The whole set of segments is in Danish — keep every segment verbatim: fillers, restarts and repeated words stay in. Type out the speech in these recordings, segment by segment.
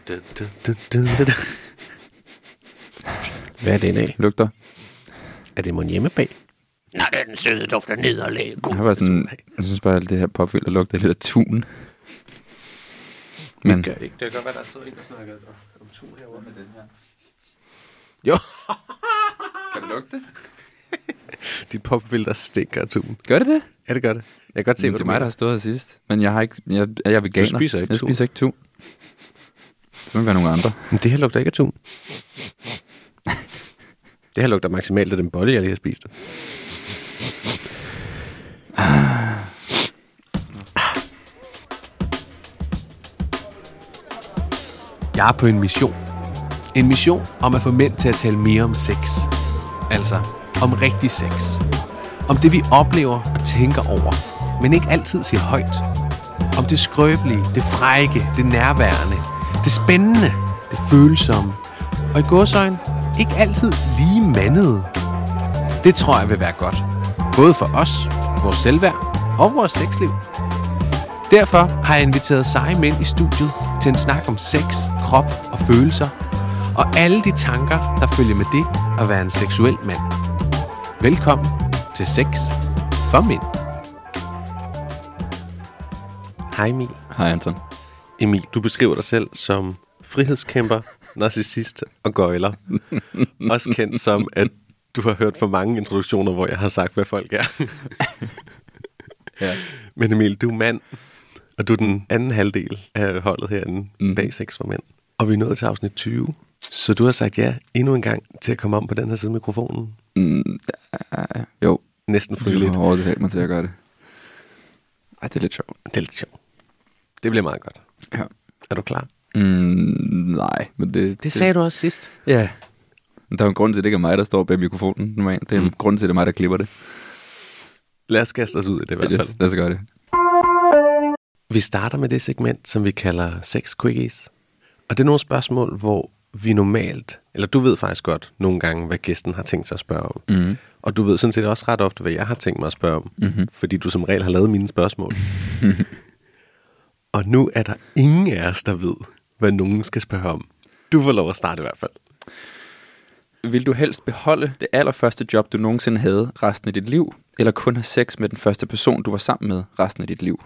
Hvad er det af? Lugter. Er det mon hjemmebag? Nej, det er den søde duft af nederlag. Jeg har bare sådan, jeg synes bare, at det her popfilter lugter lidt af tun. Men det gør ikke. Det kan godt være, der stod en, der snakker om tun herovre med den her. Jo. Kan du lugte det? Dit popfilter stinker af tun. Gør det det? Ja, det gør det. Jeg kan godt se, Jamen, hvad det du er mig, der har stået her sidst. Men jeg har ikke, jeg, jeg er veganer. Du spiser ikke jeg tun. spiser ikke tun. Så må det være nogle andre. Men det her lugter ikke af tun. Det her lugter maksimalt af den bolle, jeg lige har spist. Jeg er på en mission. En mission om at få mænd til at tale mere om sex. Altså, om rigtig sex. Om det, vi oplever og tænker over, men ikke altid siger højt. Om det skrøbelige, det frække, det nærværende, det spændende, det følsomme. Og i gåseøjne, ikke altid lige mandede. Det tror jeg vil være godt. Både for os, vores selvværd og vores sexliv. Derfor har jeg inviteret seje mænd i studiet til en snak om sex, krop og følelser. Og alle de tanker, der følger med det at være en seksuel mand. Velkommen til Sex for Mænd. Hej Emil. Hej Anton. Emil, du beskriver dig selv som frihedskæmper, narcissist og gøjler. Også kendt som, at du har hørt for mange introduktioner, hvor jeg har sagt, hvad folk er. Ja. Men Emil, du er mand, og du er den anden halvdel af holdet herinde mm. bag Sex for Mænd. Og vi er nået til afsnit tyve. Så du har sagt ja endnu en gang til at komme om på den her side af mikrofonen. Mm, ja, jo. Næsten frivilligt. Du har overtalt mig til at gøre det. Ej, det er lidt sjovt. Det er lidt sjovt. Det bliver meget godt. Ja. Er du klar? Mm, nej, men det... Det, det sagde du også sidst. Ja. Men der er en grund til, at det ikke er mig, der står bag mikrofonen normalt. Det er en mm. grund til, at det er mig, der klipper det. Lad os kaste os ud i det i hvert fald. Yes, lad os gøre det. Vi starter med det segment, som vi kalder Sex Quickies. Og det er nogle spørgsmål, hvor vi normalt, eller du ved faktisk godt nogle gange, hvad gæsten har tænkt sig at spørge om. Mm. Og du ved sådan set også ret ofte, hvad jeg har tænkt mig at spørge om. Mm-hmm. Fordi du som regel har lavet mine spørgsmål. Og nu er der ingen af os, der ved, hvad nogen skal spørge om. Du får lov at starte i hvert fald. Vil du helst beholde det allerførste job, du nogensinde havde resten af dit liv, eller kun have sex med den første person, du var sammen med resten af dit liv?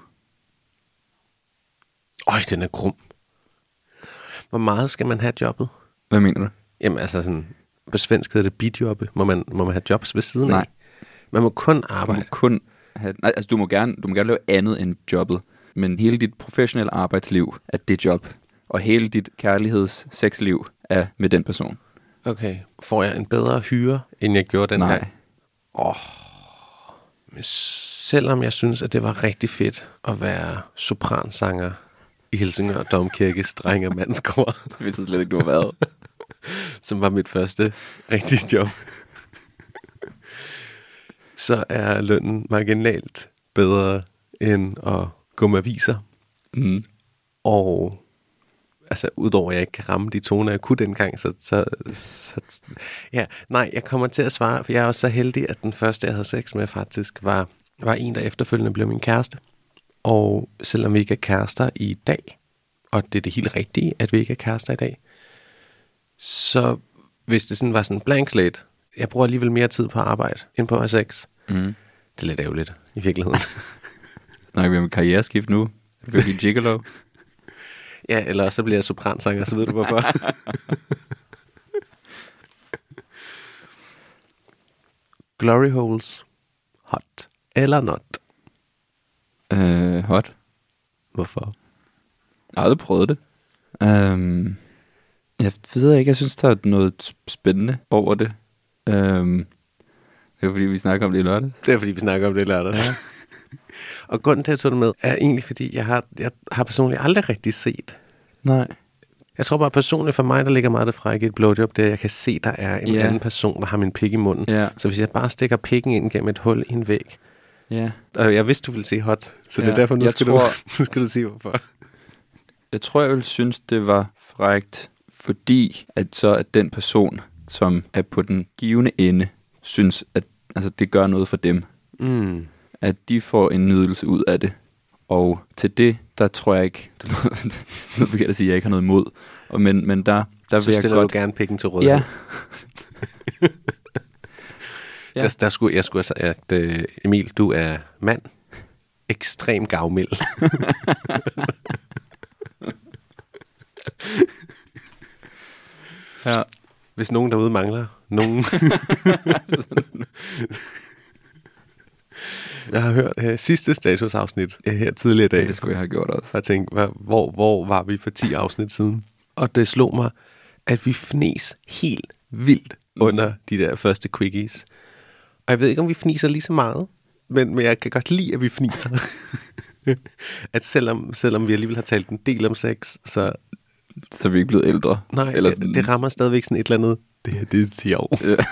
Øj, den er grum. Hvor meget skal man have jobbet? Hvad mener du? Jamen altså sådan, på svensk hedder det bidjobbe. Må man, må man have jobs ved siden Nej. af? Man må kun Du arbejde. må kun have... Nej, altså du må, gerne, du må gerne lave andet end jobbet. Men hele dit professionelle arbejdsliv er det job. Og hele dit kærligheds-sexliv er med den person. Okay, får jeg en bedre hyre, end jeg gjorde den Nej. gang? Åh, men selvom jeg synes, at det var rigtig fedt at være sopransanger i Helsingør Domkirkes drenge- og mandskor. Det vidste slet ikke, du har været. Som var mit første rigtige job. Så er lønnen marginalt bedre end at gå med aviser. Mm. Og altså, udover at jeg ikke kan ramme de toner, jeg kunne dengang, så, så, så... Ja, nej, jeg kommer til at svare, for jeg er også så heldig, at den første, jeg havde sex med, faktisk var, var en, der efterfølgende blev min kæreste. Og selvom vi ikke er kærester i dag, og det er det helt rigtige, at vi ikke er kærester i dag, så hvis det sådan var sådan en blank slate, jeg bruger alligevel mere tid på at arbejde, end på at have sex. Mm. Det er lidt ærgerligt, i virkeligheden. Snakker vi om karriereskift nu? Vil du blive gigolo? Ja, eller så bliver jeg sopransanger, så ved du hvorfor. Glory holes. Hot eller not? Uh, hot. Hvorfor? Jeg har aldrig prøvet det. Um, jeg ved ikke, jeg synes, der er noget spændende over det. Um, det er fordi, vi snakker om det i lørdag. Det er fordi, vi snakker om det i lørdag. Ja. Og grunden til, at jeg tog det med, er egentlig fordi, jeg har, jeg har personligt aldrig rigtig set. Nej. Jeg tror bare personligt for mig, der ligger meget det frække i et blowjob, det er, at jeg kan se, der er en Yeah. anden person, der har min pik i munden. Yeah. Så hvis jeg bare stikker pikken ind gennem et hul i en væg, Ja. og jeg vidste, du ville se hot, så det Ja, er derfor, nu jeg skal, tror- du, nu skal du sige, hvorfor. Jeg tror, jeg ville synes, det var frækt, fordi at så at den person, som er på den givende ende, synes, at altså, det gør noget for dem. Mm. At de får en nydelse ud af det. Og til det, der tror jeg ikke, det er forkert at sige, at jeg ikke har noget imod. Og men, men der, der Så vil jeg stiller godt... du gerne pikken til rådighed. Ja. Ja. Der, der skulle, jeg skulle have sagt, at uh, Emil, du er mand. Ekstrem gavmild. Ja. Hvis nogen derude mangler nogen. Jeg har hørt uh, sidste statusafsnit uh, her tidligere i dag. Ja, det skulle jeg have gjort også. Jeg tænkte, hvad, hvor, hvor var vi for ti afsnit siden? Og det slog mig, at vi fnes helt vildt under de der første quickies. Og jeg ved ikke, om vi fniser lige så meget, men, men jeg kan godt lide, at vi fniser. At selvom, selvom vi alligevel har talt en del om sex, så... Så er vi ikke blevet ældre. Nej, eller det, det rammer stadigvæk sådan et eller andet... Det her, det er sjovt. Ja.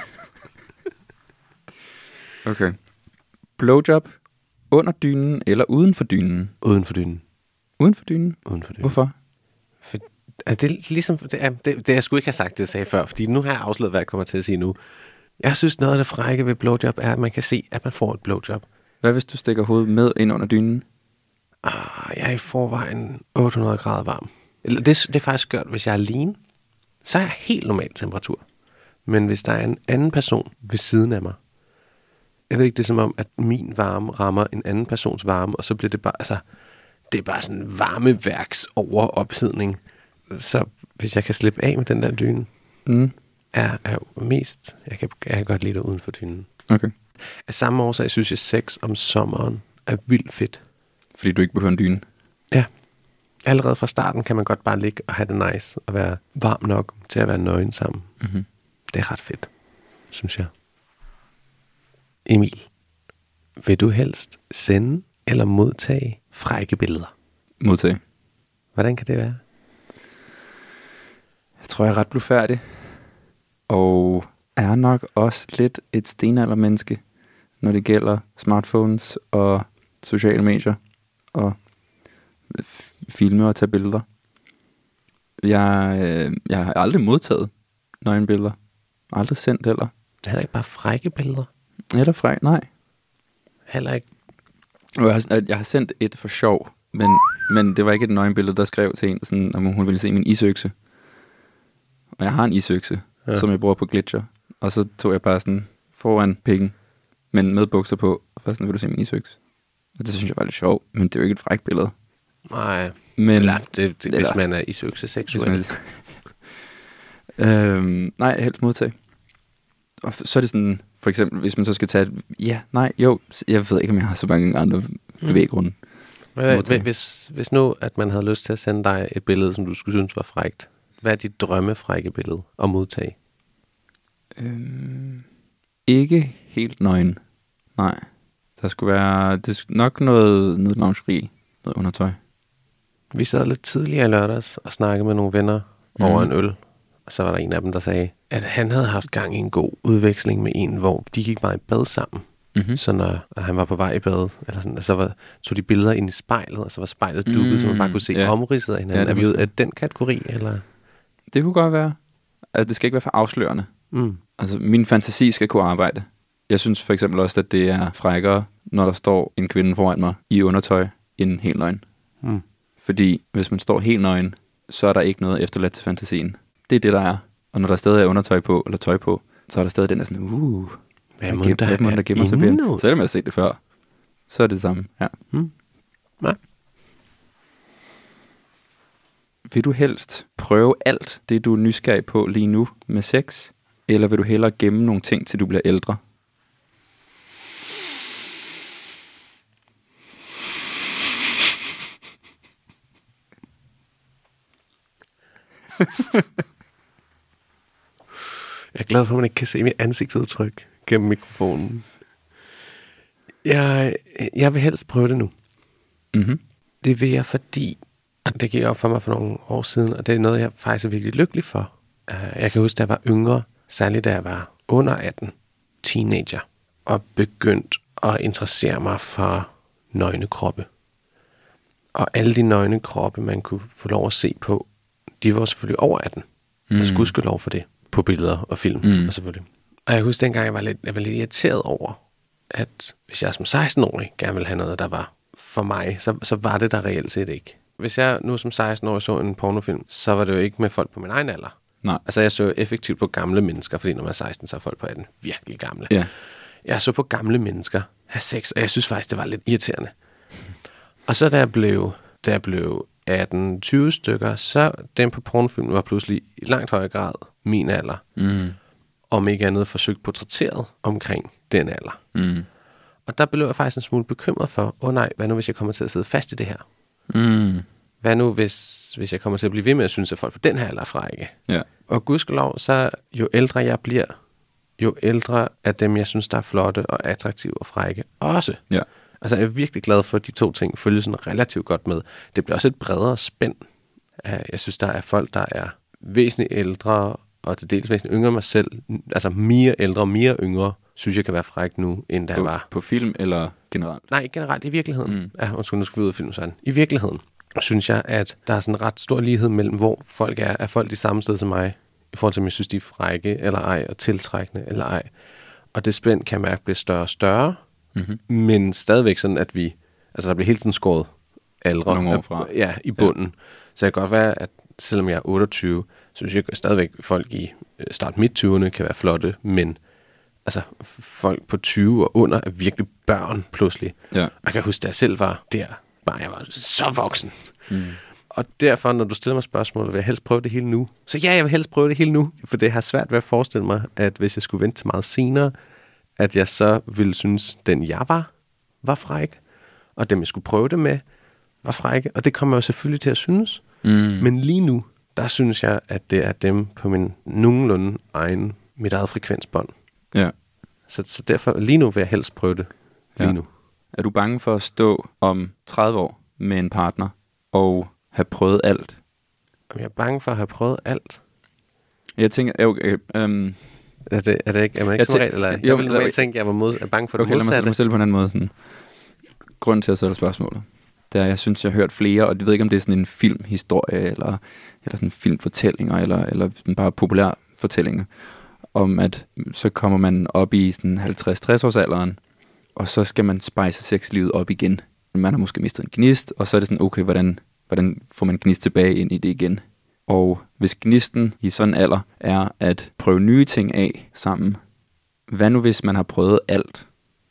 Okay. Blowjob under dynen eller uden for dynen? Uden for dynen. Uden for dynen? Uden for dynen. Hvorfor? For, er det ligesom... Det, er, det, det jeg skulle ikke have sagt, det jeg sagde før, fordi nu har jeg afsløret, hvad jeg kommer til at sige nu. Jeg synes, noget af det frække ved blowjob er, at man kan se, at man får et blowjob. Hvad hvis du stikker hovedet med ind under dynen? Ah, jeg er i forvejen otte hundrede grader varm. Eller det, det er faktisk skørt, hvis jeg er alene, så er jeg helt normal temperatur. Men hvis der er en anden person ved siden af mig, jeg ved ikke, det er som om, at min varme rammer en anden persons varme, og så bliver det bare, altså, det er bare sådan en varmeværks overophedning. Så hvis jeg kan slippe af med den der dyne, Mm. er, er mest, jeg kan, jeg kan godt lide det uden for dynen. Okay. Af samme årsag synes jeg, sex om sommeren er vildt fedt. Fordi du ikke behøver en dyne? Ja. Allerede fra starten kan man godt bare ligge og have det nice og være varm nok til at være nøgen sammen. Mm-hmm. Det er ret fedt, synes jeg. Emil, vil du helst sende eller modtage frække billeder? Modtage. Hvordan kan det være? Jeg tror, jeg er ret blufærdig. Og er nok også lidt et stenaldermenneske, når det gælder smartphones og sociale medier og f- filme og tage billeder. Jeg, øh, jeg har aldrig modtaget nøgenbilleder. Aldrig sendt heller. Det er ikke bare frække billeder. Eller fræk, nej. Heller ikke. Og Jeg har, jeg har sendt et for sjov, men, men det var ikke et nøgenbillede, der skrev til en, sådan, om hun ville se min isøkse. Og jeg har en isøkse, ja. Som jeg bruger på Glitcher. Og så tog jeg bare sådan foran pikken, men med bukser på, og bare sådan, vil du se min isøkse? Og det synes jeg var lidt sjovt, men det er jo ikke et frækt billede. Nej, men, eller, det, det, eller, hvis man er isøkse seksuel. øhm, nej, helst modtage. Og så er det sådan, for eksempel, hvis man så skal tage et, ja, nej, jo, jeg ved ikke, om jeg har så mange andre bevæggrunde. Mm. Hvis, hvis nu, at man havde lyst til at sende dig et billede, som du skulle synes var frækt, hvad er dit drømmefrække billede at modtage? Øhm, ikke helt nøgen. Nej. Der skulle være det er nok noget, noget lingerie, noget undertøj. Vi sad lidt tidligere i lørdags og snakkede med nogle venner mm. over en øl. Og så var der en af dem, der sagde, at han havde haft gang i en god udveksling med en, hvor de gik bare i bad sammen. Mm-hmm. Så når han var på vej i bad, eller sådan, så var, tog de billeder ind i spejlet, og så var spejlet dukket, mm, så man bare kunne se ja. omridset af hinanden. Ja, er vi ud af den kategori, eller? Det kunne godt være, at det skal ikke være for afslørende. Mm. Altså, min fantasi skal kunne arbejde. Jeg synes for eksempel også, at det er frækkere, når der står en kvinde foran mig i undertøj, end helt nøgen. Mm. Fordi hvis man står helt nøgen, så er der ikke noget efterladt til fantasien. Det er det, der er. Og når der stadig er undertøj på, eller tøj på, så er der stadig den der sådan, uh, hvad må der, der, der gemmer sig bag. Så er det med at se det før. Så er det det samme, ja. Hmm. Ja. Vil du helst prøve alt det, du er nysgerrig på lige nu med sex? Eller vil du hellere gemme nogle ting, til du bliver ældre? Jeg er glad for, at man ikke kan se mit ansigtsudtryk gennem mikrofonen. Jeg, jeg vil helst prøve det nu. Mm-hmm. Det vil jeg, fordi at det gik op for mig for nogle år siden, og det er noget, jeg faktisk er virkelig lykkelig for. Jeg kan huske, da jeg var yngre, særligt da jeg var under atten, teenager, og begyndte at interessere mig for nøgne kroppe. Og alle de nøgne kroppe, man kunne få lov at se på, de var selvfølgelig over atten. Mm. Og skulle sgu lov for det. På billeder og film, mm. og selvfølgelig. Og jeg husker dengang, jeg var lidt, jeg var lidt irriteret over, at hvis jeg som seksten-årig gerne ville have noget, der var for mig, så, så var det der reelt set ikke. Hvis jeg nu som seksten-årig så en pornofilm, så var det jo ikke med folk på min egen alder. Nej. Altså jeg så jo effektivt på gamle mennesker, fordi når man er seksten, så er folk på atten virkelig gamle. Ja. Jeg så på gamle mennesker have sex, og jeg synes faktisk, det var lidt irriterende. Og så da jeg blev, da jeg blev atten tyve stykker, så den på pornofilmen var pludselig i langt højere grad min alder. Mm. Om ikke andet forsøgt portrætteret omkring den alder. Mm. Og der blev jeg faktisk en smule bekymret for, åh oh, nej, hvad nu hvis jeg kommer til at sidde fast i det her? Mm. Hvad nu hvis, hvis jeg kommer til at blive ved med at synes, at folk på den her alder er frække? Ja. Og gudskelov, så jo ældre jeg bliver, jo ældre er dem, jeg synes, der er flotte og attraktive og frække også. Ja. Altså jeg er virkelig glad for, at de to ting følger sådan relativt godt med. Det bliver også et bredere spænd. Jeg synes, der er folk, der er væsentligt ældre, og til dels væsentligt yngre mig selv. Altså mere ældre og mere yngre, synes jeg kan være fræk nu, end da på, jeg var. På film eller generelt? Nej, generelt i virkeligheden. Mm. Ja, undskyld, nu skal vi ud af filmen sådan. I virkeligheden synes jeg, at der er sådan en ret stor lighed mellem, hvor folk er. Er folk de samme sted som mig, i forhold til, om jeg synes, de er frække eller ej, og tiltrækkende eller ej. Og det spænd kan jeg mærke bliver større og større, mm-hmm. men stadigvæk sådan, at vi, altså der bliver hele tiden skåret aldre. Nogle år fra. Ja, i bunden. Ja. Så det kan godt være, at selvom jeg er otteogtyve, så synes jeg stadigvæk, at folk i start midt-tyverne kan være flotte, men altså folk på tyve og under er virkelig børn pludselig. Ja. Jeg kan huske, da jeg selv var der, bare jeg var så voksen. Mm. Og derfor, når du stiller mig spørgsmål, vil jeg helst prøve det hele nu. Så ja, jeg vil helst prøve det hele nu, for det har svært ved at forestille mig, at hvis jeg skulle vente til meget senere, at jeg så ville synes, den jeg var, var fræk, og dem jeg skulle prøve det med, var frække. Og det kommer jeg jo selvfølgelig til at synes. Mm. Men lige nu, der synes jeg, at det er dem på min nogenlunde egen, mit eget frekvensbånd. Ja. Så, så derfor, lige nu vil jeg helst prøve det. Lige ja. nu. Er du bange for at stå om tredive år med en partner og have prøvet alt? Jeg er bange for at have prøvet alt. Jeg tænker, okay, um, er, det, er det ikke, er man ikke som regel, eller? Jeg, jeg vil normalt tænke, at jeg var mod, er bange for det okay, modsatte. Okay, lad mig stille på en anden måde. Sådan. Grunden til at stille spørgsmålet, det er, jeg synes, jeg har hørt flere, og jeg ved ikke, om det er sådan en filmhistorie, eller, eller sådan filmfortællinger, eller, eller bare populær fortællinger, om at så kommer man op i sådan halvtreds til tres års alderen, og så skal man spejse sexlivet op igen. Man har måske mistet en gnist, og så er det sådan, okay, hvordan, hvordan får man gnist tilbage ind i det igen? Og hvis gnisten i sådan en alder er at prøve nye ting af sammen, hvad nu hvis man har prøvet alt?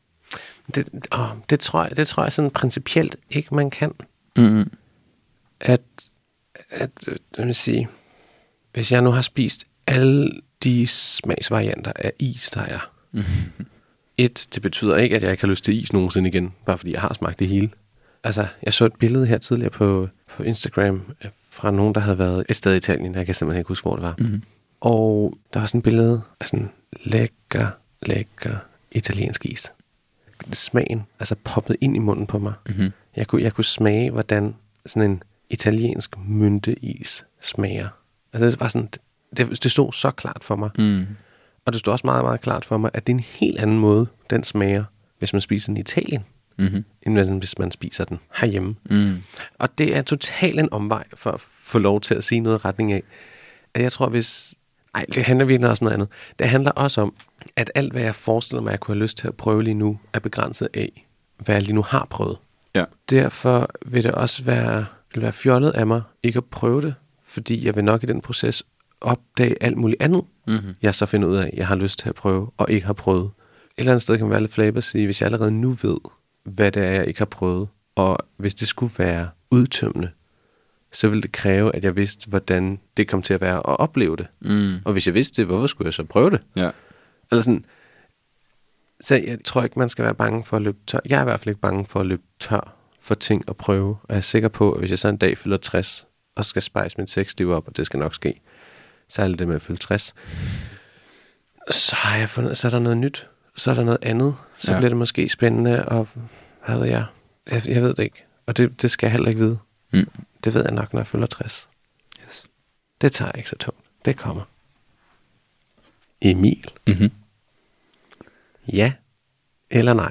Det, åh, det, tror jeg, det tror jeg sådan principielt ikke, man kan. Mm-hmm. At, at, jeg vil sige, hvis jeg nu har spist alle de smagsvarianter af is, der er. Mm-hmm. Et, det betyder ikke, at jeg ikke har lyst til is nogensinde igen, bare fordi jeg har smagt det hele. Altså, jeg så et billede her tidligere på, på Instagram fra nogen, der havde været et sted i Italien. Jeg kan simpelthen ikke huske, hvor det var. Mm-hmm. Og der var sådan et billede af sådan lækker, lækker italiensk is. Smagen, altså poppet ind i munden på mig. Mm-hmm. Jeg, kunne, jeg kunne smage, hvordan sådan en italiensk mynteis smager. Altså, det var sådan, det, det stod så klart for mig. Mm. Og det stod også meget, meget klart for mig, at det er en helt anden måde, den smager, hvis man spiser den i Italien, mm-hmm. end hvis man spiser den herhjemme. Mm. Og det er totalt en omvej for at få lov til at sige noget i retning af, at jeg tror, hvis... Nej, det handler virkelig også noget andet. Det handler også om, at alt, hvad jeg forestiller mig, jeg kunne have lyst til at prøve lige nu, er begrænset af, hvad jeg lige nu har prøvet. Ja. Derfor vil det også være, vil være fjollet af mig ikke at prøve det, fordi jeg vil nok i den proces opdage alt muligt andet, mm-hmm. jeg så finder ud af, jeg har lyst til at prøve, og ikke har prøvet. Et eller andet sted kan man være lidt flabet at sige, hvis jeg allerede nu ved, hvad det er, jeg ikke har prøvet, og hvis det skulle være udtømmende, så ville det kræve, at jeg vidste, hvordan det kom til at være at opleve det. Mm. Og hvis jeg vidste det, hvorfor skulle jeg så prøve det? Ja. Eller sådan. Så jeg tror ikke, man skal være bange for at løbe tør. Jeg er i hvert fald ikke bange for at løbe tør for ting at prøve. Og jeg er sikker på, at hvis jeg så en dag fylder tres, og skal spejse mit sexliv op, og det skal nok ske, særligt det med at fylde tres, så har jeg fundet, så er der noget nyt, så er der noget andet, så ja. Bliver det måske spændende, og hvad ved jeg? Jeg, jeg ved det ikke, og det, det skal jeg heller ikke vide. Mm. Det ved jeg nok, når jeg fylder tres. Yes. Det tager ikke så tungt. Det kommer. Emil. Mm-hmm. Ja eller nej?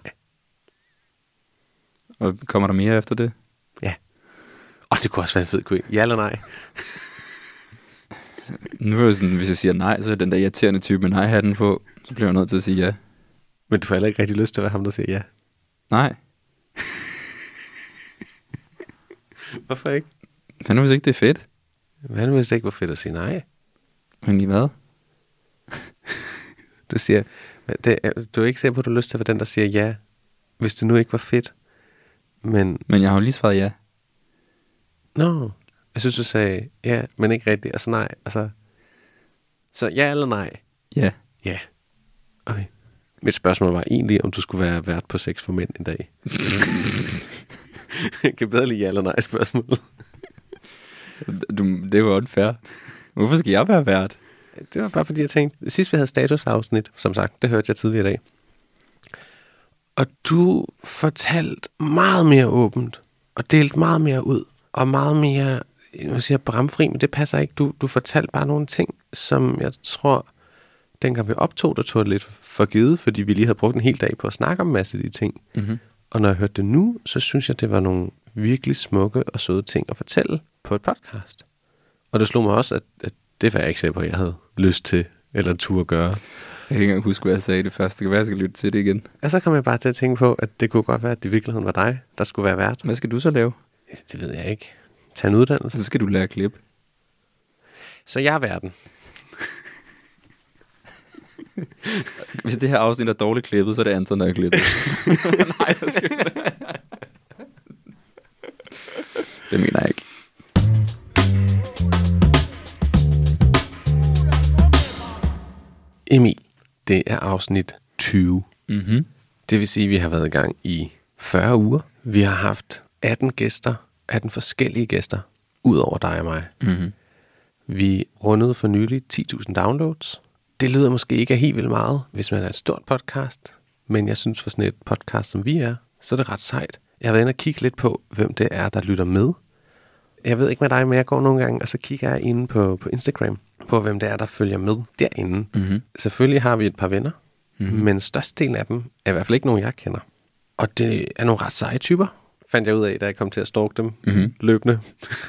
Og kommer der mere efter det? Ja. Og det kunne også være en fed quiz. Ja eller nej? Nu er det sådan, hvis jeg siger nej, så er den der irriterende type med nej-hatten på, så bliver jeg nødt til at sige ja. Men du får heller ikke rigtig lyst til at være ham, der siger ja. Nej. Hvorfor ikke? Hvad nu, hvis ikke det er fedt? Hvad nu, hvis det ikke var fedt at sige nej? Men i hvad? Du siger, det er, du er ikke sikker på, at du har lyst til at være den, der siger ja, hvis det nu ikke var fedt. Men, Men jeg har jo lige svaret ja. Nå, jeg synes, du sagde ja, men ikke rigtigt. Altså nej, altså... Så ja eller nej? Ja. Ja. Okay. Mit spørgsmål var egentlig, om du skulle være vært på Sex for Mænd en dag. Jeg kan bedre lide ja eller nej spørgsmål. Du, det var unfair. Hvorfor skal jeg være vært? Det var bare fordi, jeg tænkte... Sidst vi havde statusafsnit, som sagt, det hørte jeg tidligere i dag. Og du fortalte meget mere åbent, og delte meget mere ud, og meget mere, jeg siger bramfri, men det passer ikke. Du, du fortalte bare nogle ting, som jeg tror, dengang vi optog, der tog det lidt for givet, fordi vi lige havde brugt en hel dag på at snakke om en masse af de ting. Mm-hmm. Og når jeg hørte det nu, så synes jeg, det var nogle virkelig smukke og søde ting at fortælle på et podcast. Og det slog mig også, at, at det var jeg ikke sikker på, at jeg havde lyst til, eller turde gøre. Jeg kan ikke engang huske, hvad jeg sagde det første. Det kan være, jeg skal lytte til det igen. Og så kom jeg bare til at tænke på, at det kunne godt være, at det i virkeligheden var dig, der skulle være vært. Hvad skal du så lave? Det ved jeg ikke. Tag en uddannelse. Så skal du lære at klippe. Så jeg er verden. Hvis det her afsnit er dårligt klippet, så er det Anton, der er klippet. Nej, jeg skal... Det mener jeg ikke. Emil, det er afsnit tyve. Mm-hmm. Det vil sige, at vi har været i gang i fyrre uger. Vi har haft atten gæster, atten forskellige gæster, ud over dig og mig. Mm-hmm. Vi rundede for nylig ti tusind downloads. Det lyder måske ikke af helt vildt meget, hvis man er et stort podcast, men jeg synes for sådan et podcast, som vi er, så er det ret sejt. Jeg har været inde og kigge lidt på, hvem det er, der lytter med. Jeg ved ikke med dig, men jeg går nogle gange, og så kigger jeg inde på, på Instagram, på hvem det er, der følger med derinde. Mm-hmm. Selvfølgelig har vi et par venner, mm-hmm. men størstedelen af dem er i hvert fald ikke nogen, jeg kender. Og det er nogle ret seje typer, fandt jeg ud af, da jeg kom til at stalke dem mm-hmm. løbende.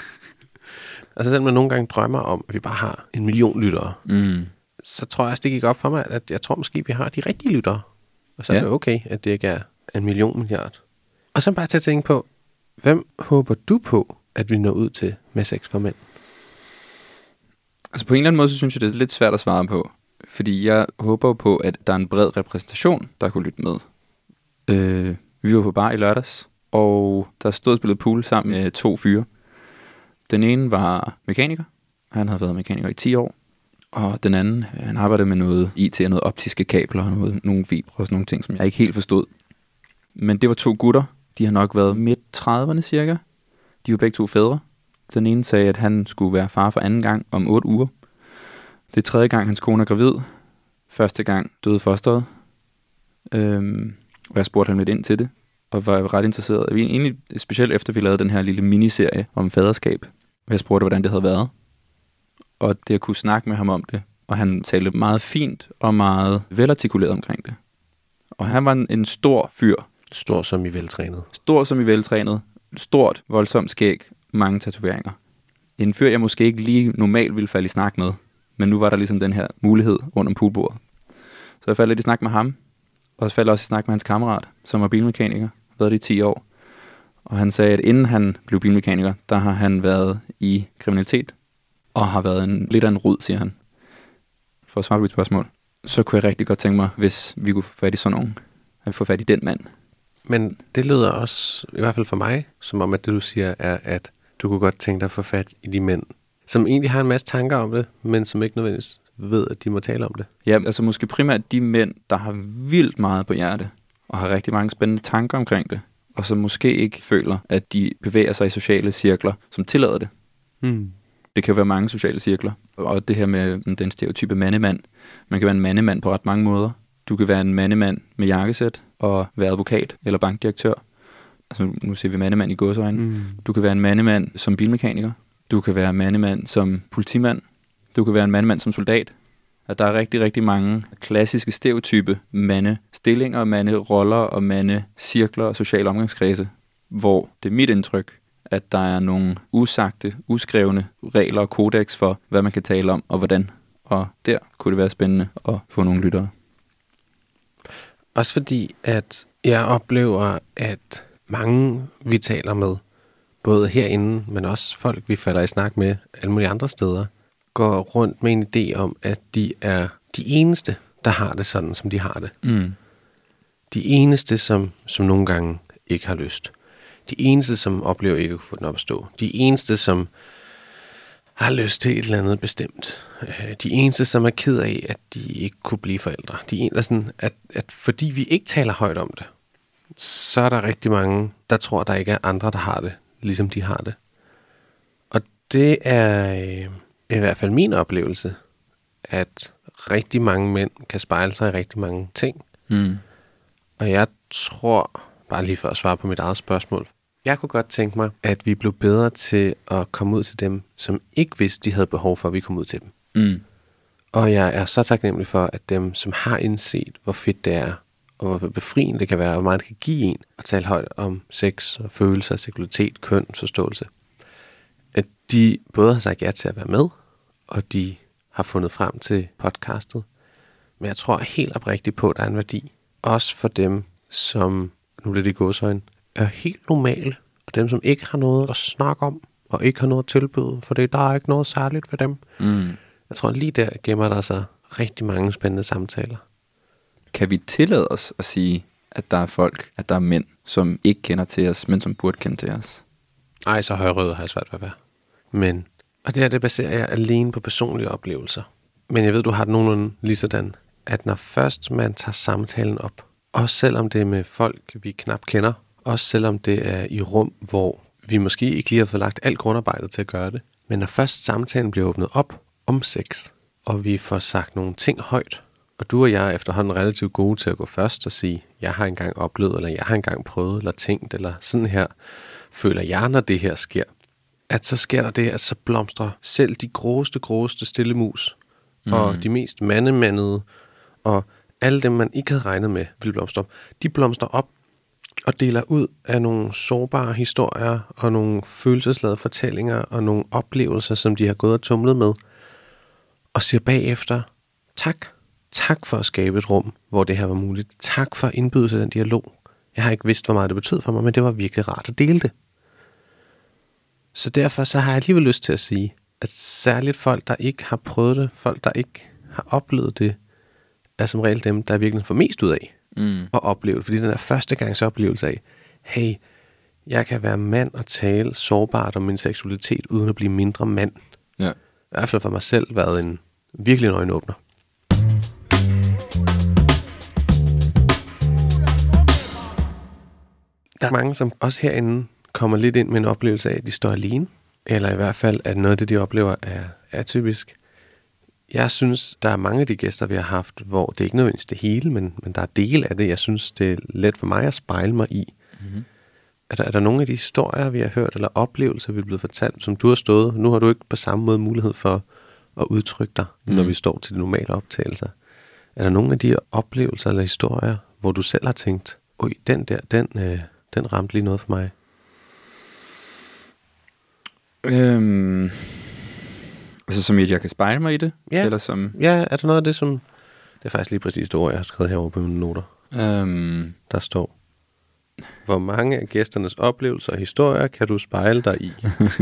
Altså selvom man nogle gange drømmer om, at vi bare har en million lyttere, mm. så tror jeg også, det gik op for mig, at jeg tror måske, vi har de rigtige lyttere. Og så er ja. det okay, at det ikke er en million milliard. Og så bare til at tænke på, hvem håber du på, at vi når ud til med Sex for Mænd? Altså på en eller anden måde, så synes jeg, det er lidt svært at svare på. Fordi jeg håber på, at der er en bred repræsentation, der kunne lytte med. Øh, vi var på bar i lørdags, og der stod og spillet pool sammen med to fyre. Den ene var mekaniker. Han havde været mekaniker i ti år. Og den anden, han arbejdede med noget I T og noget optiske kabler og noget, nogle fibre og sådan nogle ting, som jeg ikke helt forstod. Men det var to gutter. De har nok været midt trediverne cirka. De var begge to fædre. Den ene sagde, at han skulle være far for anden gang om otte uger. Det er tredje gang, hans kone er gravid. Første gang døde fosteret. Øhm, og jeg spurgte ham lidt ind til det, og var ret interesseret. Vi egentlig specielt efter, vi lavede den her lille miniserie om faderskab. Og jeg spurgte, hvordan det havde været. Og det at kunne snakke med ham om det. Og han talte meget fint og meget velartikuleret omkring det. Og han var en, en stor fyr. Stor som i veltrænet. Stor som i veltrænet. Stort, voldsomt skæg. Mange tatoveringer. En fyr, jeg måske ikke lige normalt ville falde i snak med. Men nu var der ligesom den her mulighed rundt om poolbordet. Så jeg faldt lidt i snak med ham. Og så faldt jeg også i snak med hans kammerat, som var bilmekaniker. Været det i ti år. Og han sagde, at inden han blev bilmekaniker, der har han været i kriminalitet. Og har været en, lidt af en rod, siger han. For at svare på et spørgsmål. Så kunne jeg rigtig godt tænke mig, hvis vi kunne få fat i sådan nogen. At vi får fat i den mand. Men det lyder også, i hvert fald for mig, som om at det du siger er, at du kunne godt tænke dig at få fat i de mænd, som egentlig har en masse tanker om det, men som ikke nødvendigvis ved, at de må tale om det. Ja, altså måske primært de mænd, der har vildt meget på hjerte, og har rigtig mange spændende tanker omkring det, og som måske ikke føler, at de bevæger sig i sociale cirkler, som tillader det. Hmm. Det kan jo være mange sociale cirkler, og det her med den stereotype mandemand. Man kan være en mandemand på ret mange måder. Du kan være en mandemand med jakkesæt og være advokat eller bankdirektør. Altså nu ser vi mandemand i gåseøjne. Mm. Du kan være en mandemand som bilmekaniker. Du kan være en mandemand som politimand. Du kan være en mandemand som soldat. At der er rigtig, rigtig mange klassiske stereotype mandestillinger, manderoller og mandecirkler og sociale omgangskredse, hvor det er mit indtryk, at der er nogle usagte, uskrevne regler og kodex for, hvad man kan tale om og hvordan. Og der kunne det være spændende at få nogle lyttere. Også fordi, at jeg oplever, at mange vi taler med, både herinde, men også folk, vi falder i snak med alle mulige andre steder, går rundt med en idé om, at de er de eneste, der har det sådan, som de har det. Mm. De eneste, som, som nogle gange ikke har lyst. De eneste, som oplever ikke at få den op at stå. De eneste, som har lyst til et eller andet bestemt. De eneste, som er ked af, at de ikke kunne blive forældre. De eneste, sådan, at, at fordi vi ikke taler højt om det, så er der rigtig mange, der tror, der ikke er andre, der har det, ligesom de har det. Og det er øh, i hvert fald min oplevelse, at rigtig mange mænd kan spejle sig i rigtig mange ting. Mm. Og jeg tror, bare lige for at svare på mit eget spørgsmål, jeg kunne godt tænke mig, at vi blev bedre til at komme ud til dem, som ikke vidste, de havde behov for, at vi kom ud til dem. Mm. Og jeg er så taknemmelig for, at dem, som har indset, hvor fedt det er, og hvor befriende det kan være, og hvor meget det kan give en, at tale højt om sex og følelser, seksualitet, køn, forståelse, at de både har sagt ja til at være med, og de har fundet frem til podcastet. Men jeg tror helt oprigtigt på, at der er en værdi. Også for dem, som, nu er det i gåseøjne, er helt normale, og dem, som ikke har noget at snakke om, og ikke har noget at tilbyde, for det der er ikke noget særligt for dem. Mm. Jeg tror, lige der gemmer der sig rigtig mange spændende samtaler. Kan vi tillade os at sige, at der er folk, at der er mænd, som ikke kender til os, men som burde kende til os? Ej, så højrød har jeg svært ved at være. Men, og det her, det baserer jeg alene på personlige oplevelser. Men jeg ved, du har det nogenlunde lige sådan, at når først man tager samtalen op, også selvom det er med folk, vi knap kender, også selvom det er i rum, hvor vi måske ikke lige har fået lagt alt grundarbejdet til at gøre det, men når først samtalen bliver åbnet op om sex, og vi får sagt nogle ting højt, og du og jeg er efterhånden relativt gode til at gå først og sige, jeg har engang oplevet, eller jeg har engang prøvet, eller tænkt, eller sådan her, føler jeg, når det her sker, at så sker der det, at så blomstrer selv de groveste, groveste stille mus, mm. og de mest mandemandede, og alle dem, man ikke havde regnet med, ville blomstre op, de blomstrer op og deler ud af nogle sårbare historier, og nogle følelsesladede fortællinger, og nogle oplevelser, som de har gået og tumlet med, og siger bagefter, tak. Tak for at skabe et rum, hvor det her var muligt. Tak for at indbyde til den dialog. Jeg har ikke vidst, hvor meget det betød for mig, men det var virkelig rart at dele det. Så derfor så har jeg alligevel lyst til at sige, at særligt folk, der ikke har prøvet det, folk, der ikke har oplevet det, er som regel dem, der virkelig får mest ud af mm. at opleve det. Fordi den er første gangs oplevelse af, hey, jeg kan være mand og tale sårbart om min seksualitet, uden at blive mindre mand. Ja. I hvert fald for mig selv været en virkelig en øjenåbner. Der er mange, som også herinde kommer lidt ind med en oplevelse af, at de står alene. Eller i hvert fald, at noget af det, de oplever, er atypisk. Jeg synes, der er mange af de gæster, vi har haft, hvor det er ikke nødvendigvis det hele, men, men der er del af det, jeg synes, det er let for mig at spejle mig i. Mm-hmm. Er, der, er der nogle af de historier, vi har hørt, eller oplevelser, vi er blevet fortalt, som du har stået? Nu har du ikke på samme måde mulighed for at udtrykke dig, mm. når vi står til de normale optagelser. Er der nogle af de oplevelser eller historier, hvor du selv har tænkt, oj, den der, den... Øh, Den ramte lige noget for mig. Øhm, altså som et, jeg kan spejle mig i det? Ja. Eller som... Ja, er der noget af det, som... Det er faktisk lige præcis det ord, jeg har skrevet herovre på mine noter. Øhm, Der står, hvor mange af gæsternes oplevelser og historier kan du spejle dig i?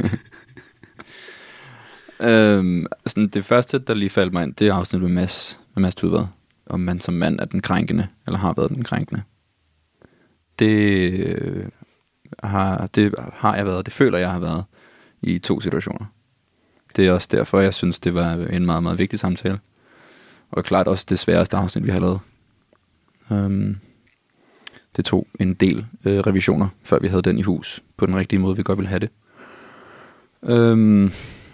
øhm, sådan det første, der lige faldt mig ind, det er afsnit med Mads, med Mads Tudvad. Om man som mand er den krænkende, eller har været den krænkende. Det, øh, har, det har jeg været, det føler jeg har været i to situationer. Det er også derfor, jeg synes, det var en meget, meget vigtig samtale. Og klart også det sværeste afsnit, vi har lavet. Um, det tog en del øh, revisioner, før vi havde den i hus, på den rigtige måde, vi godt ville have det. Um,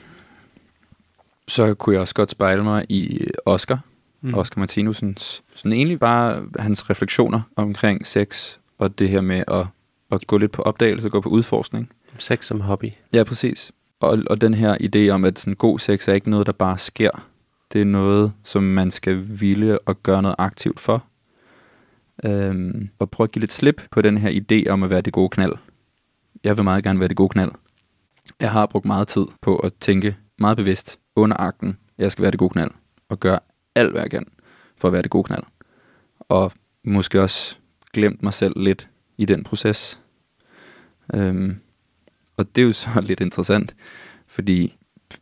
så kunne jeg også godt spejle mig i Oscar, mm. Oscar Martinusens, sådan egentlig bare hans refleksioner omkring sex, og det her med at, at gå lidt på opdagelse, gå på udforskning. Sex som hobby. Ja, præcis. Og, og den her idé om, at sådan god sex er ikke noget, der bare sker. Det er noget, som man skal ville og gøre noget aktivt for. Øhm, og prøve at give lidt slip på den her idé om at være det gode knald. Jeg vil meget gerne være det gode knald. Jeg har brugt meget tid på at tænke meget bevidst under akten, jeg skal være det gode knald. Og gøre alt, hvad jeg kan for at være det gode knald. Og måske også glemt mig selv lidt i den proces. Øhm, og Og det er jo så lidt interessant, fordi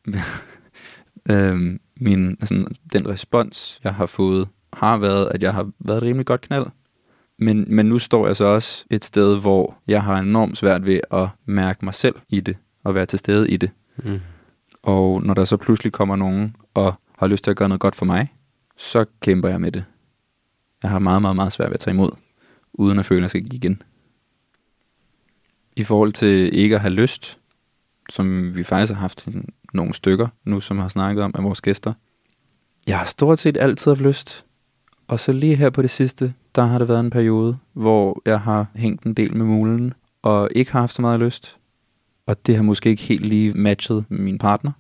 øhm, min, altså, den respons, jeg har fået, har været, at jeg har været rimelig godt knald. Men, men nu står jeg så også et sted, hvor jeg har enormt svært ved at mærke mig selv i det, og være til stede i det. Mm. Og når der så pludselig kommer nogen, og har lyst til at gøre noget godt for mig, så kæmper jeg med det. Jeg har meget, meget, meget svært ved at tage imod, uden at føle, at jeg skal give igen. I forhold til ikke at have lyst, som vi faktisk har haft nogle stykker nu, som har snakket om af vores gæster. Jeg har stort set altid haft lyst. Og så lige her på det sidste, der har det været en periode, hvor jeg har hængt en del med mulen, og ikke har haft så meget lyst. Og det har måske ikke helt lige matchet med min partner.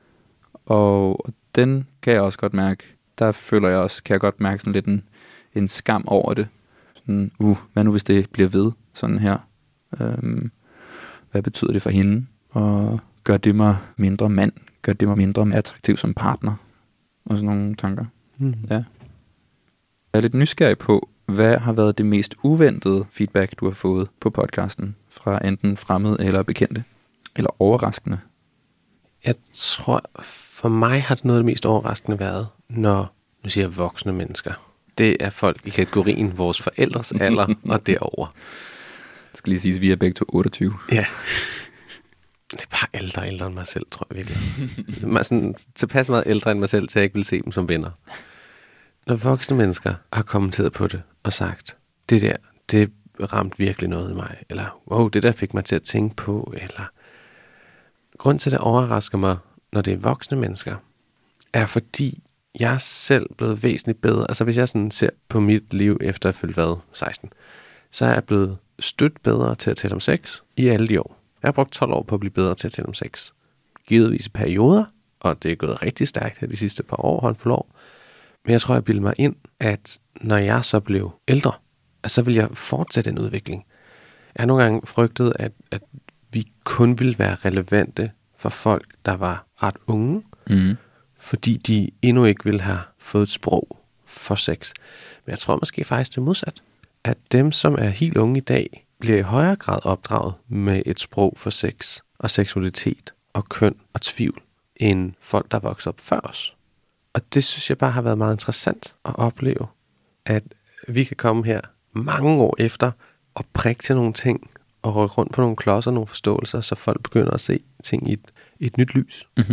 Og den kan jeg også godt mærke. Der føler jeg også, kan jeg godt mærke sådan lidt en, en skam over det. Sådan, uh, hvad nu hvis det bliver ved sådan her? Øhm, hvad betyder det for hende? Og gør det mig mindre mand? Gør det mig mindre attraktiv som partner? Og sådan nogle tanker. Mm. Ja. Jeg er lidt nysgerrig på, hvad har været det mest uventede feedback, du har fået på podcasten fra enten fremmede eller bekendte? Eller overraskende? Jeg tror, for mig har det noget af det mest overraskende været, når, nu siger jeg voksne mennesker. Det er folk i kategorien vores forældres alder og derover. Det skal lige siges, at vi er begge to otteogtyve. Ja. Det er bare ældre ældre end mig selv, tror jeg virkelig. Man er sådan tilpas meget ældre end mig selv, til jeg ikke vil se dem som venner. Når voksne mennesker har kommenteret på det og sagt, det der, det ramte virkelig noget i mig, eller wow, det der fik mig til at tænke på, eller grund til, at det overrasker mig, når det er voksne mennesker, er fordi jeg er selv blevet væsentligt bedre. Altså hvis jeg sådan ser på mit liv efter at følge hvad, seksten, så er jeg blevet stødt bedre til at tale om sex i alle de år. Jeg har brugt tolv år på at blive bedre til at tale om sex. Givetvis i perioder, og det er gået rigtig stærkt her de sidste par år, håndfuld år. Men jeg tror, jeg bildte mig ind, at når jeg så blev ældre, så vil jeg fortsætte den udvikling. Jeg har nogle gange frygtet, at, at vi kun ville være relevante for folk, der var ret unge, mm. fordi de endnu ikke ville have fået et sprog for sex. Men jeg tror måske faktisk det modsat. At dem, som er helt unge i dag, bliver i højere grad opdraget med et sprog for sex og seksualitet og køn og tvivl, end folk, der vokser op før os. Og det synes jeg bare har været meget interessant at opleve, at vi kan komme her mange år efter og prikke til nogle ting og rykke rundt på nogle klodser, nogle forståelser, så folk begynder at se ting i et, i et nyt lys. Mm-hmm.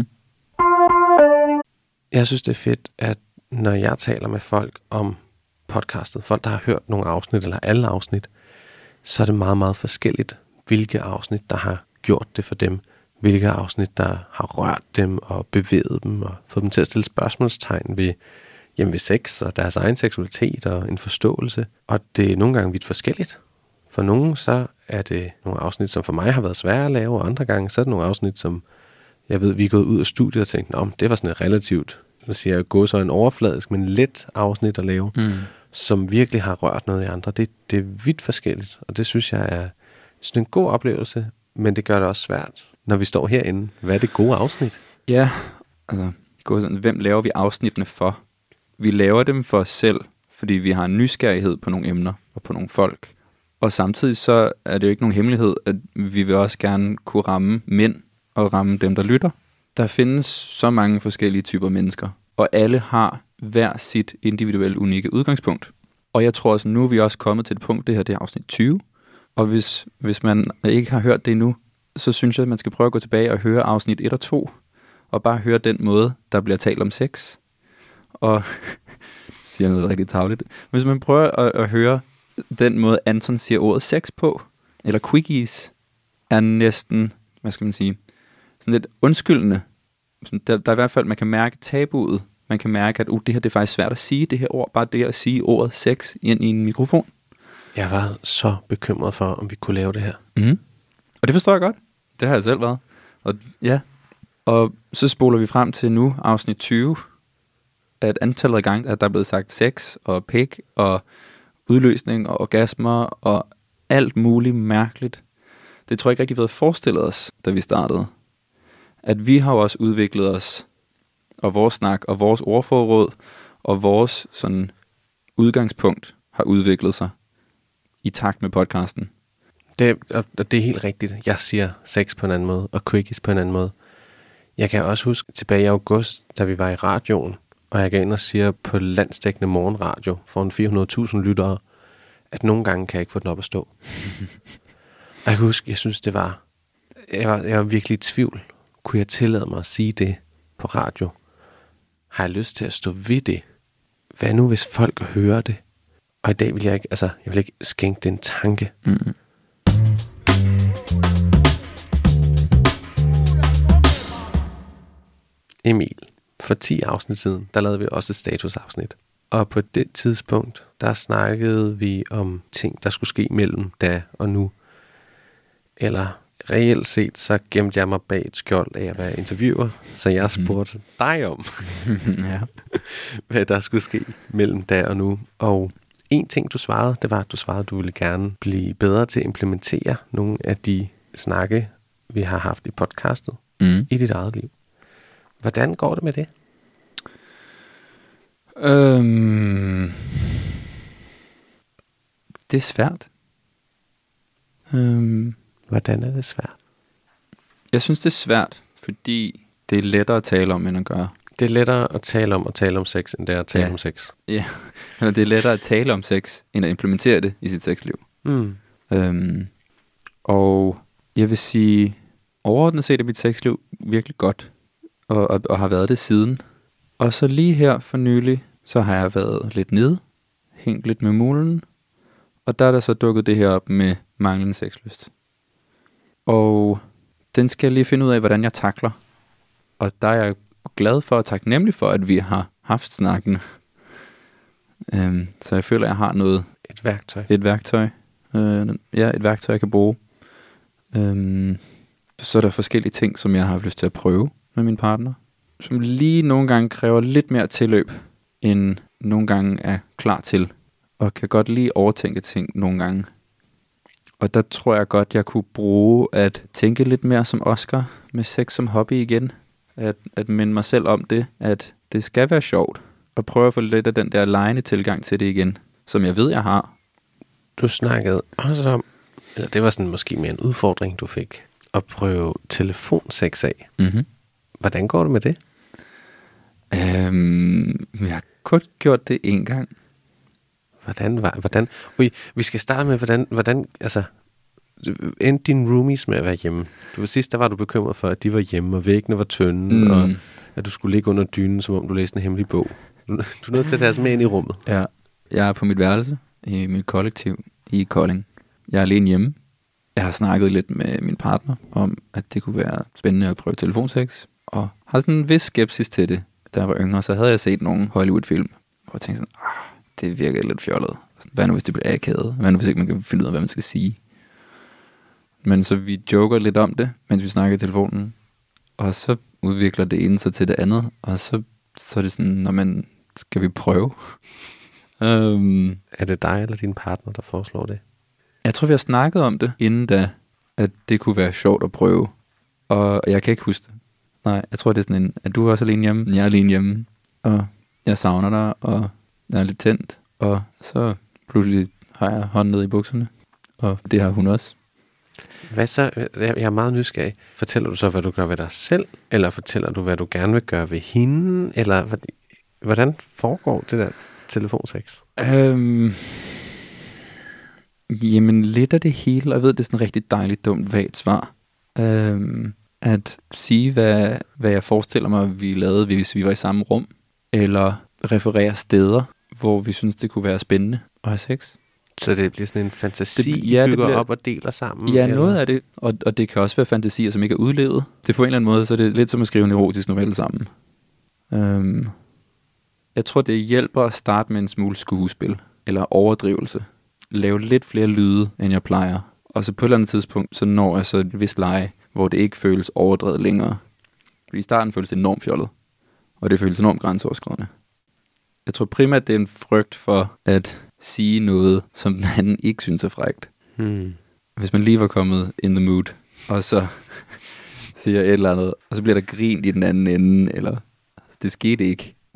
Jeg synes, det er fedt, at når jeg taler med folk om podcastet, folk, der har hørt nogle afsnit eller alle afsnit, så er det meget, meget forskelligt, hvilke afsnit, der har gjort det for dem, hvilke afsnit, der har rørt dem og bevæget dem og fået dem til at stille spørgsmålstegn ved, jamen ved sex og deres egen seksualitet og en forståelse. Og det er nogle gange vidt forskelligt. For nogen så er det nogle afsnit, som for mig har været svære at lave, og andre gange så er det nogle afsnit, som jeg ved, vi er gået ud af studiet og tænkt, nå, det var sådan et relativt, nu siger jeg, gå så en overfladisk, men let afsnit at lave, mm. som virkelig har rørt noget i andre. Det, det er vidt forskelligt, og det synes jeg er sådan en god oplevelse, men det gør det også svært, når vi står herinde. Hvad er det gode afsnit? Ja, altså, hvem laver vi afsnittene for? Vi laver dem for os selv, fordi vi har en nysgerrighed på nogle emner og på nogle folk. Og samtidig så er det jo ikke nogen hemmelighed, at vi vil også gerne kunne ramme mænd og ramme dem, der lytter. Der findes så mange forskellige typer mennesker, og alle har hver sit individuelle unikke udgangspunkt. Og jeg tror også, nu er vi også kommet til et punkt, det her det er afsnit tyve. Og hvis, hvis man ikke har hørt det endnu, så synes jeg, at man skal prøve at gå tilbage og høre afsnit et og to, og bare høre den måde, der bliver talt om sex. Og siger noget rigtig tarveligt. Hvis man prøver at, at høre den måde, Anton siger ordet sex på, eller quickies, er næsten, hvad skal man sige, sådan lidt undskyldende. Der, der er i hvert fald, man kan mærke tabuet. Man kan mærke, at uh, det her det er faktisk svært at sige, det her ord, bare det at sige ordet sex ind i en mikrofon. Jeg var så bekymret for, om vi kunne lave det her. Mm. Og det forstår jeg godt. Det har jeg selv været. Og ja, og så spoler vi frem til nu, afsnit tyve, at antallet af gange, at der er blevet sagt sex og pik og udløsning og orgasmer og alt muligt mærkeligt. Det tror jeg ikke rigtig, vi havde forestillet os, da vi startede. At vi har jo også udviklet os, og vores snak og vores ordforråd og vores sådan udgangspunkt har udviklet sig i takt med podcasten. Det, og det er helt rigtigt. Jeg siger sex på en anden måde, og quickies på en anden måde. Jeg kan også huske tilbage i august, da vi var i radioen, og jeg går ind og siger på landsdækkende morgenradio foran fire hundrede tusind lyttere, at nogle gange kan jeg ikke få den op at stå. Og jeg kan huske, jeg synes, det var... Jeg var, jeg var virkelig i tvivl. Kunne jeg tillade mig at sige det på radio? Har jeg lyst til at stå ved det? Hvad nu, hvis folk hører det? Og i dag vil jeg ikke, altså, jeg vil ikke skænke det en tanke. Mm. Emil, for ti afsnit siden, der lavede vi også et statusafsnit. Og på det tidspunkt, der snakkede vi om ting, der skulle ske mellem da og nu. Eller reelt set, så gemte jeg mig bag et skjold af at være interviewer, så jeg spurgte dig om, ja. hvad der skulle ske mellem da og nu. Og en ting, du svarede, det var, at du svarede, at du ville gerne blive bedre til at implementere nogle af de snakke, vi har haft i podcastet mm. i dit eget liv. Hvordan går det med det? Øhm, det er svært. Øhm, Hvordan er det svært? jeg synes, det er svært, fordi det er lettere at tale om, end at gøre. Det er lettere at tale om at tale om sex, end det er at tale Ja. om sex. Ja, eller det er lettere at tale om sex, end at implementere det i sit sexliv. Mm. Øhm, og jeg vil sige, overordnet set er mit sexliv virkelig godt, og, og, og har været det siden. Og så lige her for nylig, så har jeg været lidt nede, hængt lidt med mulen, og der er der så dukket det her op med manglende sexlyst. Og den skal jeg lige finde ud af, hvordan jeg takler. Og der er jeg glad for og taknemmelig for, at vi har haft snakken. øhm, så jeg føler, at jeg har noget, Et værktøj. et værktøj. Øh, ja, et værktøj, jeg kan bruge. Øhm, så er der forskellige ting, som jeg har haft lyst til at prøve med min partner, som lige nogle gange kræver lidt mere tilløb, end nogle gange er klar til, og kan godt lige overtænke ting nogle gange. Og der tror jeg godt, jeg kunne bruge at tænke lidt mere som Oscar, med sex som hobby igen. At, at minde mig selv om det, at det skal være sjovt, og prøve at få lidt af den der legende tilgang til det igen, som jeg ved, jeg har. Du snakkede også om, eller det var sådan måske mere en udfordring, du fik, at prøve telefonsex af. Mm-hmm. Hvordan går det med det? Øhm, jeg har kun gjort det en gang. Hvordan var, hvordan, ui, vi skal starte med, hvordan, hvordan, altså, endte dine roomies med at være hjemme? Du var sidst, der var du bekymret for, at de var hjemme, og væggene var tynde, Mm. og at du skulle ligge under dynen, som om du læste en hemmelig bog. Du, du er nødt til at tage os med ind i rummet. Ja. Jeg er på mit værelse i mit kollektiv i Kolding. Jeg er alene hjemme. Jeg har snakket lidt med min partner om, at det kunne være spændende at prøve telefonsex, og har sådan en vis skepsis til det. Da jeg var yngre, så havde jeg set nogle Hollywood-film, hvor jeg tænkte sådan, ah, det virker lidt fjollet. Hvad nu, hvis det bliver akavet? Hvad nu, hvis ikke man kan finde ud af, hvad man skal sige? Men så vi joker lidt om det, mens vi snakker i telefonen, og så udvikler det ene sig til det andet, og så, så er det sådan, når man skal vi prøve? um, Er det dig eller din partner, der foreslår det? Jeg tror, vi har snakket om det inden da, at det kunne være sjovt at prøve. Og jeg kan ikke huske det. Nej, jeg tror, det er sådan en, at du er også alene hjemme, jeg er alene hjemme, og jeg savner dig, og jeg er lidt tændt, og så pludselig har jeg hånden ned i bukserne, og det har hun også. Hvad så? Jeg er meget nysgerrig. Fortæller du så, hvad du gør ved dig selv, eller fortæller du, hvad du gerne vil gøre ved hende, eller hvordan foregår det der telefonsex? Øhm, jamen, lidt af det hele, og jeg ved, det er sådan et rigtig dejligt, dumt, vagt svar. Øhm, at sige, hvad, hvad jeg forestiller mig, vi lavede, hvis vi var i samme rum, eller referere steder, hvor vi synes, det kunne være spændende at have sex. Så det bliver sådan en fantasi, Det- det, ja, ja, det bygger bliver- op og deler sammen? Ja, eller? noget af det, og, og det kan også være fantasier, som ikke er udlevet. Det er på en eller anden måde, så er det lidt som at skrive en erotisk novelle sammen. Øhm, jeg tror, det hjælper at starte med en smule skuespil, eller overdrivelse. Lave lidt flere lyde, end jeg plejer. Og så på et eller andet tidspunkt, så når jeg så et vist leje, hvor det ikke føles overdrevet længere. Fordi i starten føles det enormt fjollet, og det føles enormt grænseoverskridende. Jeg tror primært, det er en frygt for at sige noget, som den anden ikke synes er frækt. Hmm. Hvis man lige var kommet in the mood, og så siger et eller andet, og så bliver der grint i den anden ende, eller det skete ikke.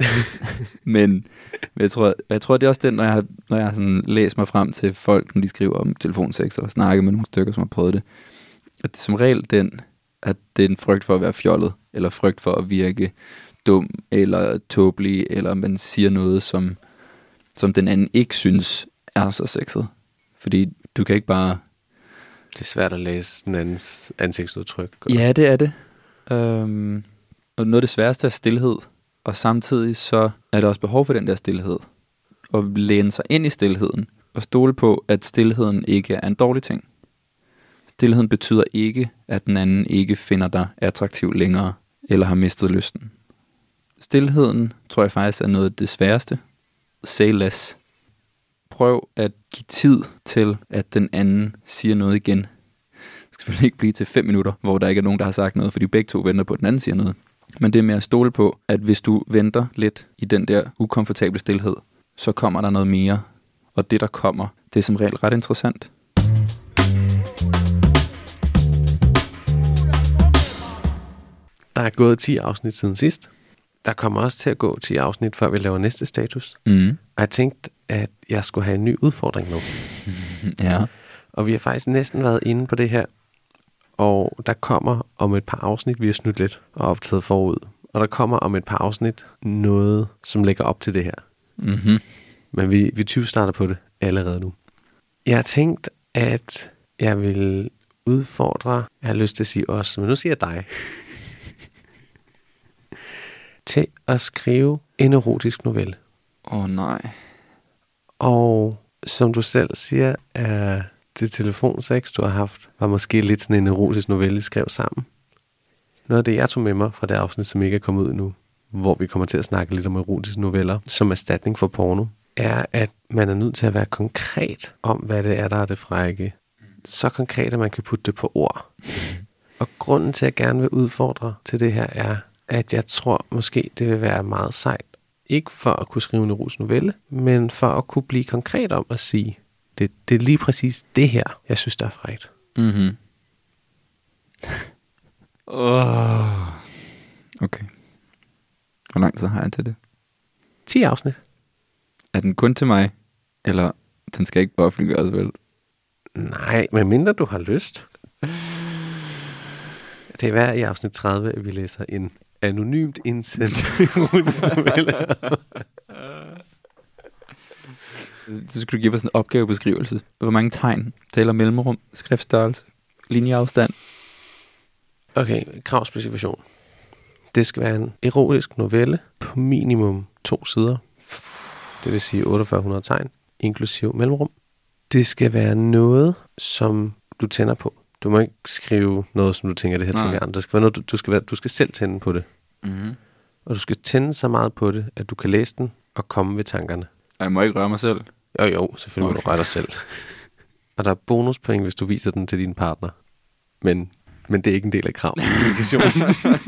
men, men jeg, tror, jeg tror, det er også den, når jeg har, når jeg har sådan læst mig frem til folk, når de skriver om telefonsex, og snakket med nogle stykker, som har prøvet det, at det som regel den, at det er en frygt for at være fjollet, eller frygt for at virke dum, eller tåbelig, eller man siger noget, som, som den anden ikke synes er så sexet. Fordi du kan ikke bare... Det er svært at læse den andens ansigtsudtryk. Ja, det er det. Øhm, og noget af det sværeste er stillhed, og samtidig så er der også behov for den der stillhed. Og læne sig ind i stillheden, og stole på, at stillheden ikke er en dårlig ting. Stillheden betyder ikke, at den anden ikke finder dig attraktiv længere, eller har mistet lysten. Stilheden tror jeg faktisk er noget af det sværeste. Say less. Prøv at give tid til, at den anden siger noget igen. Det skal selvfølgelig ikke blive til fem minutter, hvor der ikke er nogen, der har sagt noget, fordi begge to venter på, at den anden siger noget. Men det er med at stole på, at hvis du venter lidt i den der ukomfortable stilhed, så kommer der noget mere. Og det, der kommer, det er som regel ret interessant. Der er gået ti afsnit siden sidst. Der kommer også til at gå ti afsnit, før vi laver næste status. Mm. Og jeg tænkte, at jeg skulle have en ny udfordring nu. Ja. Og vi har faktisk næsten været inde på det her. Og der kommer om et par afsnit, vi har snydt lidt og optaget forud. Og der kommer om et par afsnit noget, som lægger op til det her. Mm-hmm. Men vi, vi tyve starter på det allerede nu. Jeg har tænkt, at jeg vil udfordre, jeg har lyst til at sige os, men nu siger jeg dig, til at skrive en erotisk novelle. Åh oh, nej. Og som du selv siger, er det telefonsex, du har haft, var måske lidt sådan en erotisk novelle, I skrev sammen. Noget af det, jeg tog med mig fra det afsnit, som ikke er kommet ud nu, hvor vi kommer til at snakke lidt om erotiske noveller, som erstatning for porno, er, at man er nødt til at være konkret om, hvad det er, der er det frække. Så konkret, at man kan putte det på ord. Og grunden til, at jeg gerne vil udfordre til det her, er, at jeg tror måske, det vil være meget sejt. Ikke for at kunne skrive en erotisk novelle, men for at kunne blive konkret om at sige, det, det er lige præcis det her, jeg synes, der er frækt. Mhm. oh. Okay. Hvor lang tid har jeg til det? ti afsnit. Er den kun til mig? Eller den skal ikke bare offentliggøres, vel? Nej, medmindre du har lyst. Det er hver i afsnit tredive, at vi læser en anonymt indsendt erotisk novelle. Så skulle du give mig sådan en opgavebeskrivelse. Hvor mange tegn, taler mellemrum, skriftstørrelse, linjeafstand? Okay, kravspecifikation. Det skal være en erotisk novelle på minimum to sider. Det vil sige otteogfyrre hundrede tegn, inklusiv mellemrum. Det skal være noget, som du tænder på. Du må ikke skrive noget, som du tænker, det her tænker andre. Det skal være noget, du, du, skal være, du skal selv tænde på det. Mm-hmm. Og du skal tænde så meget på det, at du kan læse den og komme ved tankerne. Jeg må ikke røre mig selv. Jo, jo, selvfølgelig okay. Må du røre dig selv. Og der er bonuspoint, hvis du viser den til din partner. Men, men det er ikke en del af kravspecifikationen.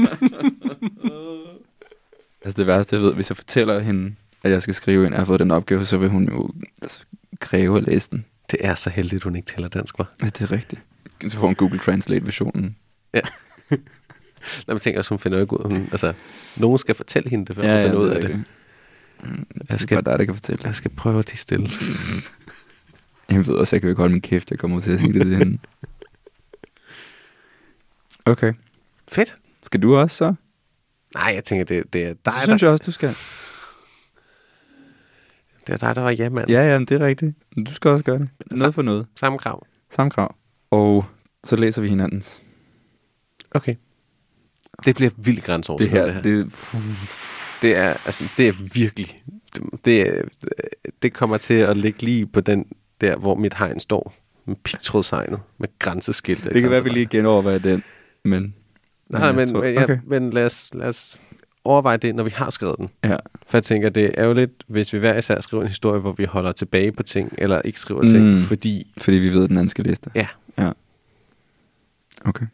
Altså det værste, jeg ved, hvis jeg fortæller hende, at jeg skal skrive ind, og jeg har fået den opgave, så vil hun jo altså, kræve at læse den. Det er så heldigt, at hun ikke taler dansk, hva'? Ja, det er rigtigt. Så får hun Google Translate-versionen. Ja. Når man tænker, at hun finder ikke ud, hun, altså, nogen skal fortælle hende det, før ja, hun finder ja, ud af det. det. Mm, det jeg skal, bare dig, der kan fortælle. Jeg skal prøve at tie stille. Jeg ved også, jeg kan jo ikke holde min kæft, jeg kommer til at sige det til hende. Okay. Fedt. Skal du også så? Nej, jeg tænker, det, det er dig, så synes der... jeg også, du skal. Det er dig, der var ja-mand. Ja, ja, det er rigtigt. Du skal også gøre det. Noget for noget. Samme krav. Samme krav. Og så læser vi hinandens. Okay. Det bliver vildt grænseoverskridende, det her. Det, her. Det, det, er, altså, det er virkelig... Det, det, er, det kommer til at ligge lige på den der, hvor mit hegn står. Med pigtrådshegnet. Med grænseskilter. Det kan være, vi lige genovervejer den. Men... Nej, men, tror, men, ja, okay. men lad, os, lad os overveje det, når vi har skrevet den. Ja. For jeg tænker, det er jo lidt, hvis vi hver især skriver en historie, hvor vi holder tilbage på ting, eller ikke skriver mm. ting, fordi... Fordi vi ved, at den anden skal læse det. Ja. Ja. Okay.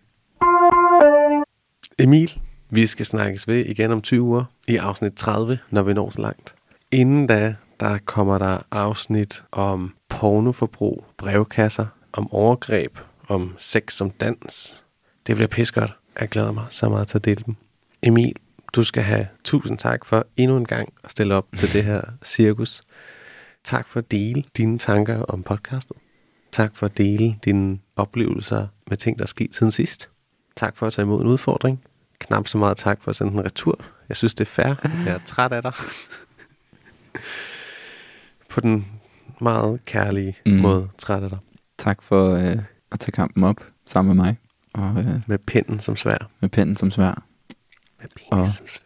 Emil, vi skal snakkes ved igen om tyve uger i afsnit tredive, når vi når så langt. Inden da, der kommer der afsnit om pornoforbrug, brevkasser, om overgreb, om sex som dans. Det bliver pissegodt. Jeg glæder mig så meget til at dele dem. Emil, Du skal have tusind tak for endnu en gang at stille op til det her cirkus. Tak for at dele dine tanker om podcastet. Tak for at dele dine oplevelser med ting, der er sket siden sidst. Tak for at tage imod en udfordring. Knap så meget tak for at sende en retur. Jeg synes, det er fair. Jeg er træt af dig. På den meget kærlige mm. måde træt af dig. Tak for øh, at tage kampen op sammen med mig. Og, øh, med pinden som svær. Med pinden som svær. Med pinden og... som svær.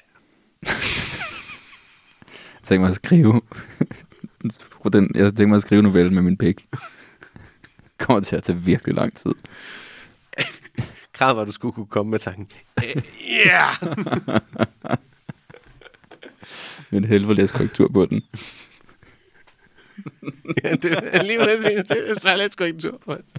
Jeg tænker mig at skrive... den, jeg tænker mig at skrive novelle med min pik. Kommer til at tage virkelig lang tid. Krav var, at du skulle kunne komme med tanken. Ja! Men helvede læs korrektur på den. Ja, det er lige præcis. Det er læs korrektur på den.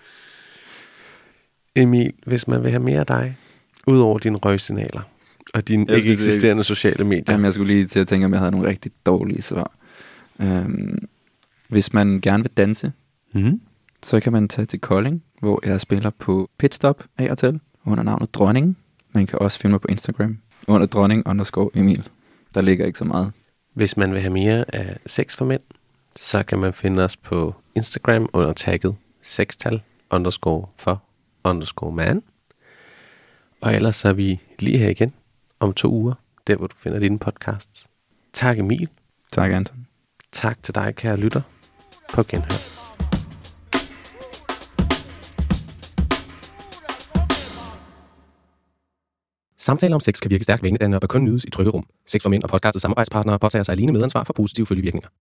Emil, hvis man vil have mere af dig, ud over dine røgsignaler og dine ikke eksisterende sociale medier. Jamen, jeg skulle lige til at tænke, om jeg havde nogle rigtig dårlige svar. Øhm, hvis man gerne vil danse, mm. så kan man tage til Kolding, hvor jeg spiller på Pitstop af og til, under navnet Dronning. Man kan også finde mig på Instagram, under dronning underscore Emil. Der ligger ikke så meget. Hvis man vil have mere af sex for mænd, så kan man finde os på Instagram under tagget sextal underscore for underscore man. Og ellers er vi lige her igen om to uger, der hvor du finder dine podcasts. Tak Emil. Tak Anton. Tak til dig, kære lytter. På genhør. Samtaler om sex kan virke stærkt vanedannende og bør kun nydes i trygge rum. Sex for Mænd og podcastets samarbejdspartnere påtager sig alene medansvar for positive følgevirkninger.